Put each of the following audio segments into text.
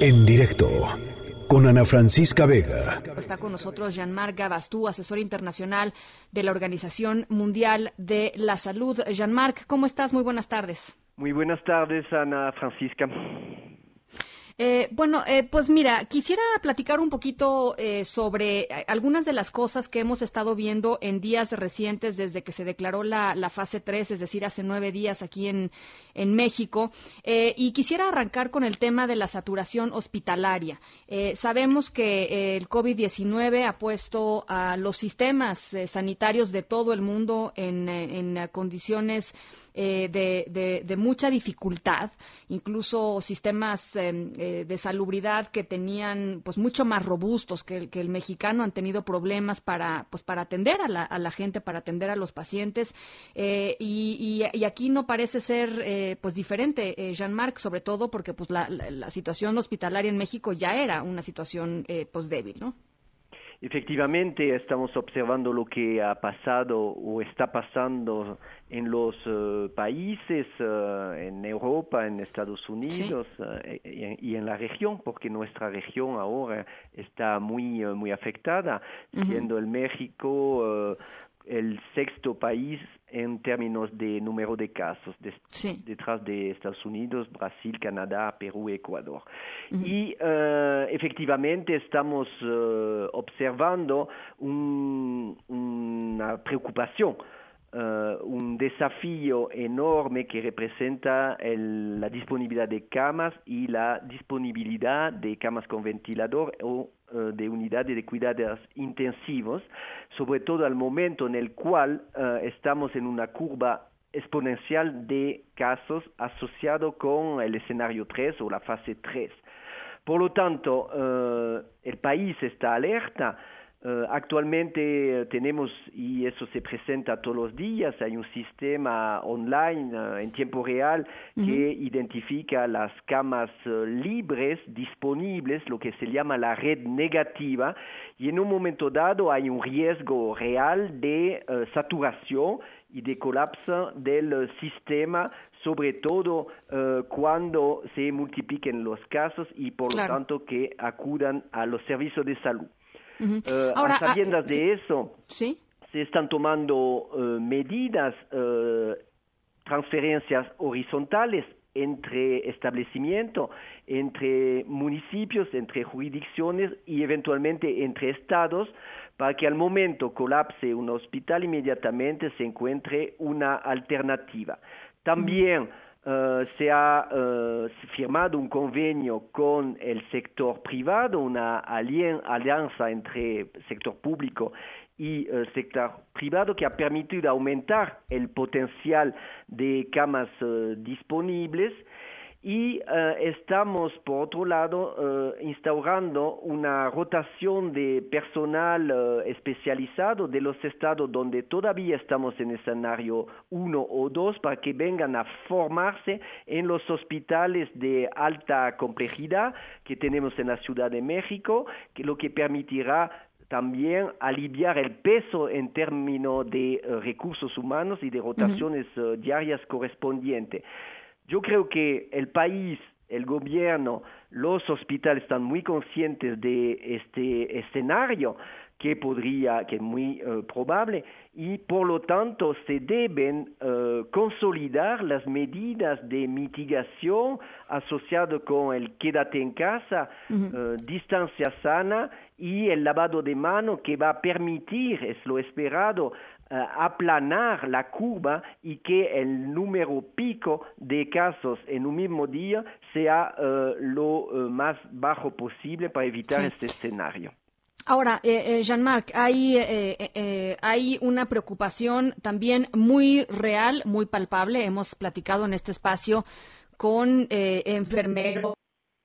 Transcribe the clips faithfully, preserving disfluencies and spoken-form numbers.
En directo con Ana Francisca Vega. Está con nosotros Jean-Marc Gabastú, asesor internacional de la Organización Mundial de la Salud. Jean-Marc, ¿cómo estás? Muy buenas tardes. Muy buenas tardes, Ana Francisca. Eh, bueno, eh, pues mira, quisiera platicar un poquito eh, sobre algunas de las cosas que hemos estado viendo en días recientes desde que se declaró la, la fase tres, es decir, hace nueve días aquí en, en México. Eh, y quisiera arrancar con el tema de la saturación hospitalaria. Eh, sabemos que eh, el COVID diecinueve ha puesto a los sistemas eh, sanitarios de todo el mundo en, en, en condiciones eh, de, de, de mucha dificultad, incluso sistemas eh, eh, de salubridad que tenían pues mucho más robustos que el, que el mexicano han tenido problemas para pues para atender a la, a la gente, para atender a los pacientes eh, y, y, y aquí no parece ser eh, pues diferente, eh, Jean-Marc, sobre todo porque pues la, la, la situación hospitalaria en México ya era una situación eh, pues débil, ¿no? Efectivamente, estamos observando lo que ha pasado o está pasando en los uh, países, uh, en Europa, en Estados Unidos, sí. uh, y, en, y en la región, porque nuestra región ahora está muy, uh, muy afectada, uh-huh. siendo el México uh, el sexto país en términos de número de casos, de, sí. detrás de Estados Unidos, Brasil, Canadá, Perú, Ecuador. Uh-huh. Y uh, efectivamente estamos uh, observando un, una preocupación, uh, un desafío enorme que representa el, la disponibilidad de camas y la disponibilidad de camas con ventilador o de unidades de cuidados intensivos, sobre todo al momento en el cual uh, estamos en una curva exponencial de casos asociado con el escenario tres o la fase tres. Por lo tanto, uh, el país está alerta. Uh, actualmente uh, tenemos, y eso se presenta todos los días, hay un sistema online uh, en tiempo real uh-huh. que identifica las camas uh, libres, disponibles, lo que se llama la red negativa, y en un momento dado hay un riesgo real de uh, saturación y de colapso del uh, sistema, sobre todo uh, cuando se multipliquen los casos y por claro. lo tanto que acudan a los servicios de salud. Uh-huh. Uh, Ahora, a sabiendas uh, de sí. eso, ¿Sí? se están tomando uh, medidas, uh, transferencias horizontales entre establecimientos, entre municipios, entre jurisdicciones y eventualmente entre estados, para que al momento colapse un hospital inmediatamente se encuentre una alternativa. También Uh, se ha uh, firmado un convenio con el sector privado, una alien, alianza entre sector público y uh, sector privado que ha permitido aumentar el potencial de camas uh, disponibles. Y uh, estamos, por otro lado, uh, instaurando una rotación de personal uh, especializado de los estados donde todavía estamos en escenario uno o dos para que vengan a formarse en los hospitales de alta complejidad que tenemos en la Ciudad de México, que lo que permitirá también aliviar el peso en términos de uh, recursos humanos y de rotaciones uh, diarias correspondientes. Yo creo que el país, el gobierno, los hospitales están muy conscientes de este escenario que podría, que es muy uh, probable, y por lo tanto se deben uh, consolidar las medidas de mitigación asociadas con el quédate en casa, uh-huh. uh, distancia sana y el lavado de manos que va a permitir, es lo esperado, Uh, aplanar la curva y que el número pico de casos en un mismo día sea uh, lo uh, más bajo posible para evitar sí. este escenario. Ahora, eh, eh, Jean-Marc, hay, eh, eh, hay una preocupación también muy real, muy palpable. Hemos platicado en este espacio con eh, enfermeros,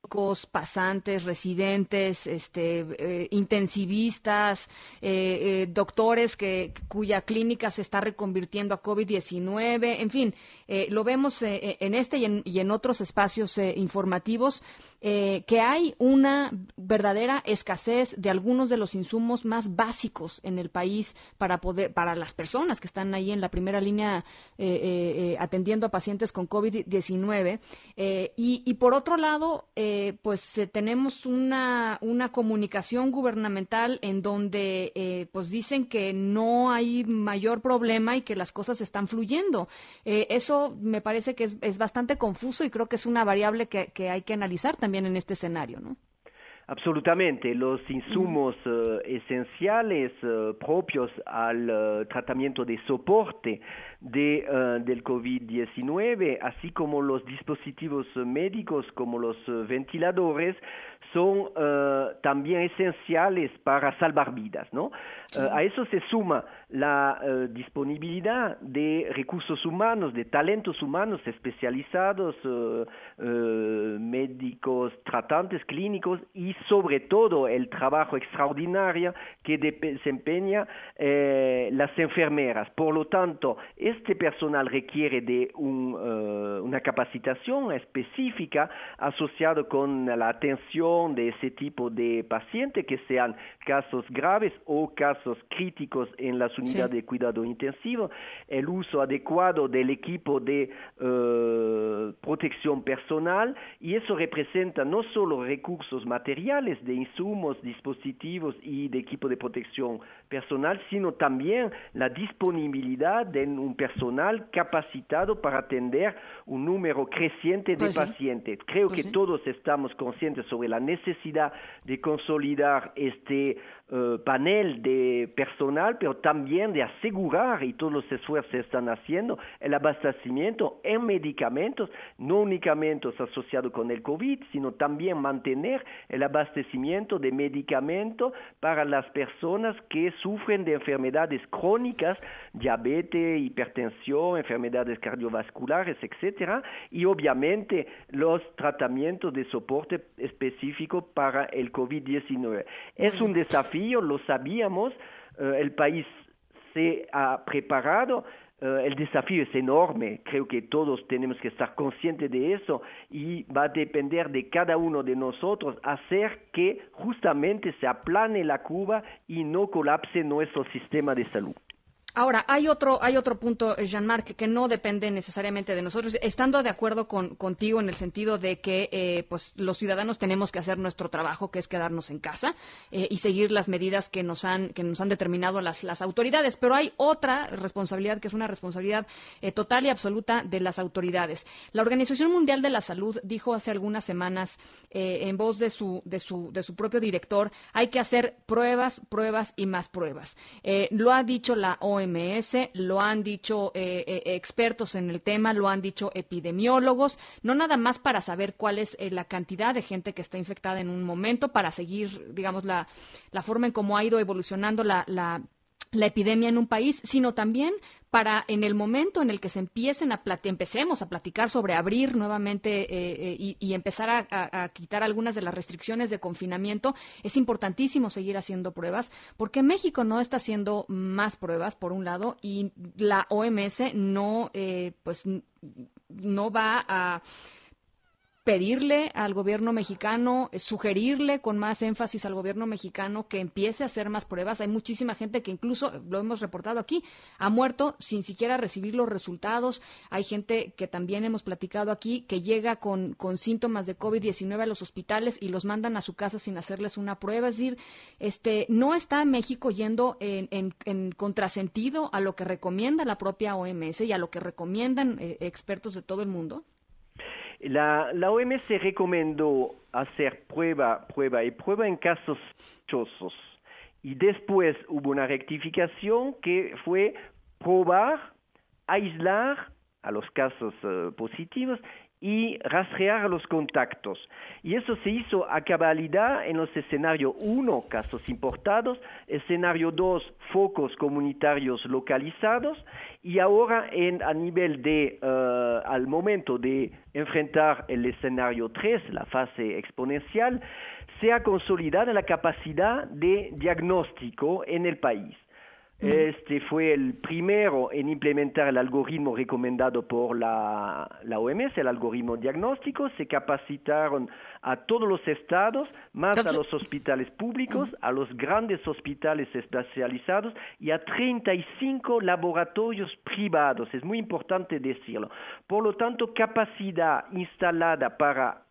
pasantes, residentes, este, eh, intensivistas, eh, eh, doctores que cuya clínica se está reconvirtiendo a COVID diecinueve, en fin, eh, lo vemos eh, en este y en, y en otros espacios eh, informativos, eh, que hay una verdadera escasez de algunos de los insumos más básicos en el país para poder, para las personas que están ahí en la primera línea eh, eh, atendiendo a pacientes con COVID diecinueve, eh, y, y por otro lado, eh, eh, pues eh, tenemos una, una comunicación gubernamental en donde eh, pues dicen que no hay mayor problema y que las cosas están fluyendo. Eh, eso me parece que es, es bastante confuso y creo que es una variable que, que hay que analizar también en este escenario, ¿no? Absolutamente, los insumos uh, esenciales uh, propios al uh, tratamiento de soporte de, uh, del COVID diecinueve, así como los dispositivos médicos como los uh, ventiladores, son uh, también esenciales para salvar vidas, ¿no? Sí. Uh, a eso se suma la uh, disponibilidad de recursos humanos, de talentos humanos especializados, uh, uh, médicos, tratantes clínicos y sobre todo el trabajo extraordinario que desempeña eh, las enfermeras. Por lo tanto, este personal requiere de un, uh, una capacitación específica asociada con la atención de ese tipo de pacientes, que sean casos graves o casos críticos en las unidades sí. de cuidado intensivo, el uso adecuado del equipo de uh, protección personal, y eso representa no solo recursos materiales de insumos, dispositivos y de equipo de protección personal, sino también la disponibilidad de un personal capacitado para atender un número creciente de pues pacientes. Sí. Creo pues que sí. todos estamos conscientes sobre la necesidad de consolidar este uh, panel de personal, pero también de asegurar, y todos los esfuerzos se están haciendo, el abastecimiento en medicamentos, no únicamente asociado con el COVID, sino también mantener el abastecimiento de medicamentos para las personas que sufren de enfermedades crónicas, diabetes, hipertensión, enfermedades cardiovasculares, etcétera, y obviamente los tratamientos de soporte específico para el COVID diecinueve. Es un desafío, lo sabíamos, uh, el país se ha preparado. Uh, el desafío es enorme, creo que todos tenemos que estar conscientes de eso, y va a depender de cada uno de nosotros hacer que justamente se aplane la curva y no colapse nuestro sistema de salud. Ahora, hay otro, hay otro punto, Jean-Marc, que no depende necesariamente de nosotros, estando de acuerdo con, contigo en el sentido de que eh, pues los ciudadanos tenemos que hacer nuestro trabajo, que es quedarnos en casa eh, y seguir las medidas que nos han, que nos han determinado las, las autoridades. Pero hay otra responsabilidad que es una responsabilidad eh, total y absoluta de las autoridades. La Organización Mundial de la Salud dijo hace algunas semanas, eh, en voz de su, de su, de su propio director, hay que hacer pruebas, pruebas y más pruebas. Eh, lo ha dicho la O M S, lo han dicho eh, eh, expertos en el tema, lo han dicho epidemiólogos, no nada más para saber cuál es eh, la cantidad de gente que está infectada en un momento, para seguir, digamos, la, la forma en cómo ha ido evolucionando la, la, la epidemia en un país, sino también para en el momento en el que se empiecen a plati- empecemos a platicar sobre abrir nuevamente eh, eh, y, y empezar a, a, a quitar algunas de las restricciones de confinamiento, es importantísimo seguir haciendo pruebas, porque México no está haciendo más pruebas, por un lado, y la O M S no, eh, pues, no va a pedirle al gobierno mexicano, sugerirle con más énfasis al gobierno mexicano que empiece a hacer más pruebas. Hay muchísima gente que incluso, lo hemos reportado aquí, ha muerto sin siquiera recibir los resultados. Hay gente que también hemos platicado aquí que llega con, con síntomas de COVID diecinueve a los hospitales y los mandan a su casa sin hacerles una prueba. Es decir, este, no está México yendo en, en, en contrasentido a lo que recomienda la propia O M S y a lo que recomiendan eh, expertos de todo el mundo. La, la O M S recomendó hacer prueba, prueba y prueba en casos sospechosos, y después hubo una rectificación que fue probar, aislar a los casos uh, positivos y rastrear los contactos. Y eso se hizo a cabalidad en los escenarios uno, casos importados, escenario dos, focos comunitarios localizados, y ahora en, a nivel de, uh, al momento de enfrentar el escenario tres, la fase exponencial, se ha consolidado la capacidad de diagnóstico en el país. Este fue el primero en implementar el algoritmo recomendado por la, la O M S, el algoritmo diagnóstico. Se capacitaron a todos los estados, más a los hospitales públicos, a los grandes hospitales especializados y a treinta y cinco laboratorios privados. Es muy importante decirlo. Por lo tanto, capacidad instalada para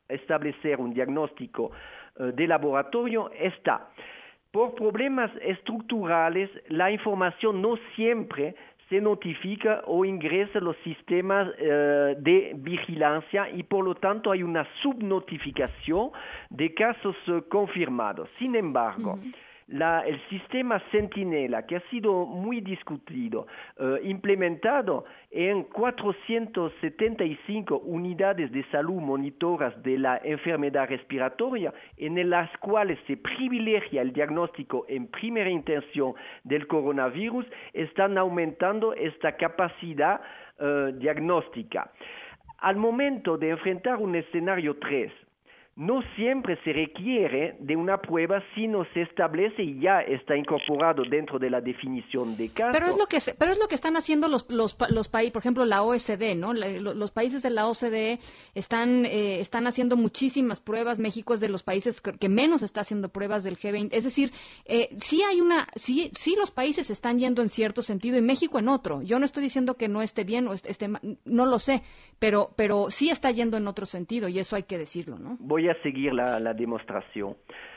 establecer un diagnóstico uh, de laboratorio está. Por problemas estructurales, la información no siempre se notifica o ingresa en los sistemas uh, de vigilancia y por lo tanto hay una subnotificación de casos uh, confirmados. Sin embargo, uh-huh. La, el sistema Centinela, que ha sido muy discutido, uh, implementado en cuatrocientas setenta y cinco unidades de salud monitoras de la enfermedad respiratoria, en las cuales se privilegia el diagnóstico en primera intención del coronavirus, están aumentando esta capacidad uh, diagnóstica. Al momento de enfrentar un escenario tres, no siempre se requiere de una prueba si no se establece y ya está incorporado dentro de la definición de caso. Pero es lo que pero es lo que están haciendo los los los países, por ejemplo, la O E C D, ¿no? La, los países de la O C D E están eh, están haciendo muchísimas pruebas. México es de los países que, que menos está haciendo pruebas del G veinte. Es decir, eh, sí hay una sí sí los países están yendo en cierto sentido y México en otro. Yo no estoy diciendo que no esté bien o esté no lo sé, pero pero sí está yendo en otro sentido y eso hay que decirlo, ¿no? Voy a seguir la, la demostración.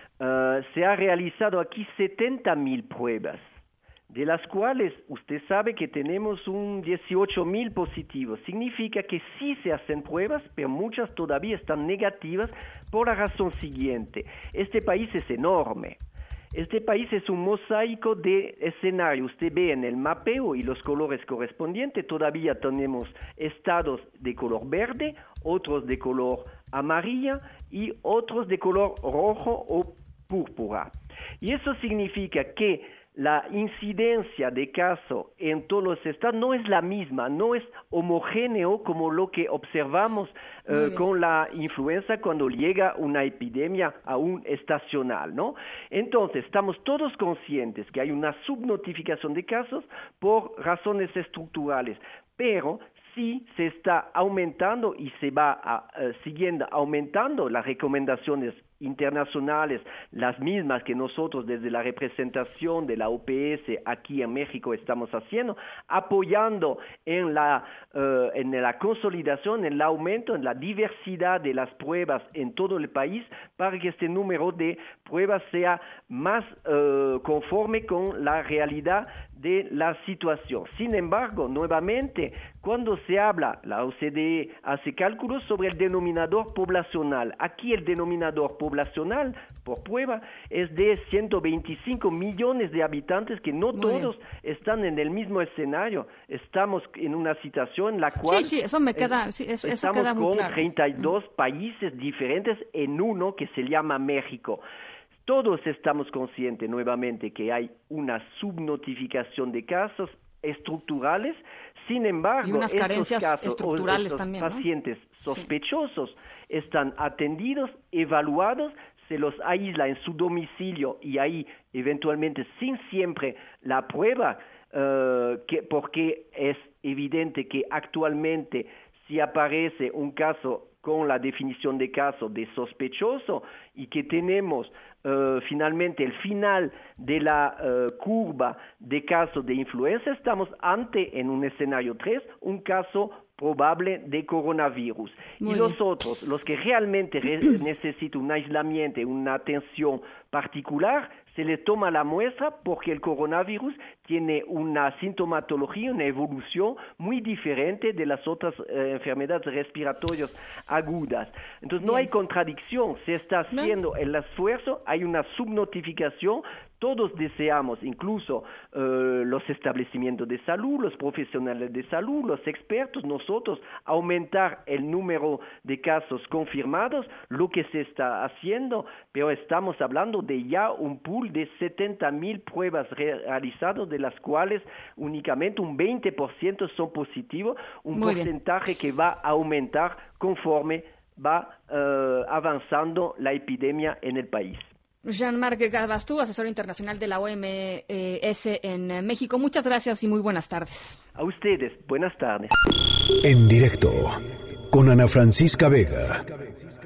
Uh, se ha realizado aquí setenta mil pruebas, de las cuales usted sabe que tenemos un dieciocho mil positivos. Significa que sí se hacen pruebas, pero muchas todavía están negativas por la razón siguiente. Este país es enorme. Este país es un mosaico de escenarios. Usted ve en el mapeo y los colores correspondientes, todavía tenemos estados de color verde, otros de color amarilla y otros de color rojo o púrpura. Y eso significa que la incidencia de casos en todos los estados no es la misma, no es homogéneo como lo que observamos uh, con la influenza cuando llega una epidemia aún estacional, ¿no? Entonces, estamos todos conscientes que hay una subnotificación de casos por razones estructurales, pero sí se está aumentando y se va a, uh, siguiendo aumentando las recomendaciones internacionales, las mismas que nosotros desde la representación de la O P S aquí en México estamos haciendo, apoyando en la, uh, en la consolidación, en el aumento, en la diversidad de las pruebas en todo el país para que este número de pruebas sea más uh, conforme con la realidad de la situación. Sin embargo, nuevamente, cuando se habla, la O C D E hace cálculos sobre el denominador poblacional. Aquí el denominador poblacional, por prueba, es de ciento veinticinco millones de habitantes que no Muy todos bien. están en el mismo escenario. Estamos en una situación en la cual sí, sí, eso me queda, es, sí, eso, estamos eso queda muy con claro. treinta y dos mm. países diferentes en uno que se llama México. Todos estamos conscientes nuevamente que hay una subnotificación de casos estructurales, sin embargo, y unas carencias estos casos, estructurales estos también, pacientes ¿no? sospechosos sí. están atendidos, evaluados, se los aísla en su domicilio y ahí eventualmente sin siempre la prueba, uh, que, porque es evidente que actualmente si aparece un caso con la definición de caso de sospechoso y que tenemos uh, finalmente el final de la uh, curva de casos de influenza, estamos ante, en un escenario tres, un caso probable de coronavirus. Muy y bien. Los otros, los que realmente re- necesitan un aislamiento, una atención particular, se les toma la muestra porque el coronavirus tiene una sintomatología, una evolución muy diferente de las otras eh, enfermedades respiratorias agudas. Entonces no Bien. hay contradicción, se está haciendo ¿No? el esfuerzo, hay una subnotificación. Todos deseamos, incluso uh, los establecimientos de salud, los profesionales de salud, los expertos, nosotros, aumentar el número de casos confirmados, lo que se está haciendo, pero estamos hablando de ya un pool de setenta mil pruebas re- realizadas, de las cuales únicamente un veinte por ciento son positivos, un Muy porcentaje bien. que va a aumentar conforme va uh, avanzando la epidemia en el país. Jean-Marc Garbastú, asesor internacional de la O M S en México. Muchas gracias y muy buenas tardes. A ustedes, buenas tardes. En directo, con Ana Francisca Vega.